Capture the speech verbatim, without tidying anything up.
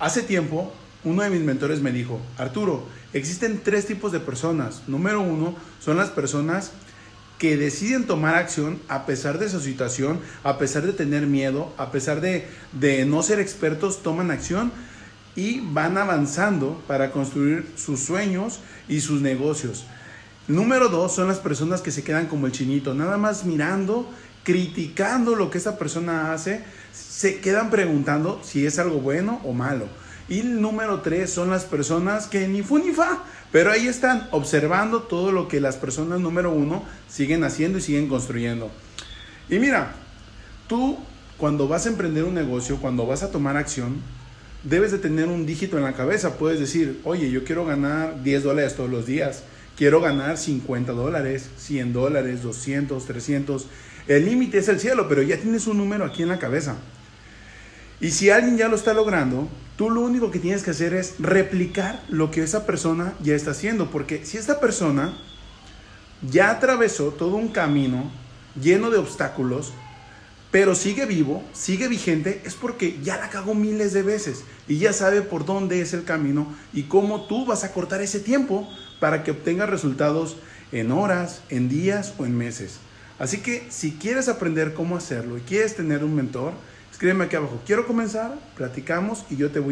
Hace tiempo, uno de mis mentores me dijo, Arturo, existen tres tipos de personas. Número uno, son las personas que deciden tomar acción a pesar de su situación, a pesar de tener miedo, a pesar de, de no ser expertos, toman acción y van avanzando para construir sus sueños y sus negocios. Número dos, son las personas que se quedan como el chinito, nada más mirando, criticando lo que esa persona hace, se quedan preguntando si es algo bueno o malo. Y el número tres son las personas que ni fu ni fa, pero ahí están observando todo lo que las personas número uno siguen haciendo y siguen construyendo. Y mira, tú cuando vas a emprender un negocio, cuando vas a tomar acción, debes de tener un dígito en la cabeza. Puedes decir, oye, yo quiero ganar diez dólares todos los días, quiero ganar cincuenta dólares, cien dólares, doscientos, trescientos. El límite es el cielo, pero ya tienes un número aquí en la cabeza. Y si alguien ya lo está logrando, tú lo único que tienes que hacer es replicar lo que esa persona ya está haciendo. Porque si esta persona ya atravesó todo un camino lleno de obstáculos, pero sigue vivo, sigue vigente, es porque ya la cagó miles de veces y ya sabe por dónde es el camino y cómo tú vas a cortar ese tiempo para que obtengas resultados en horas, en días o en meses. Así que si quieres aprender cómo hacerlo y quieres tener un mentor, escríbeme aquí abajo. Quiero comenzar, platicamos y yo te voy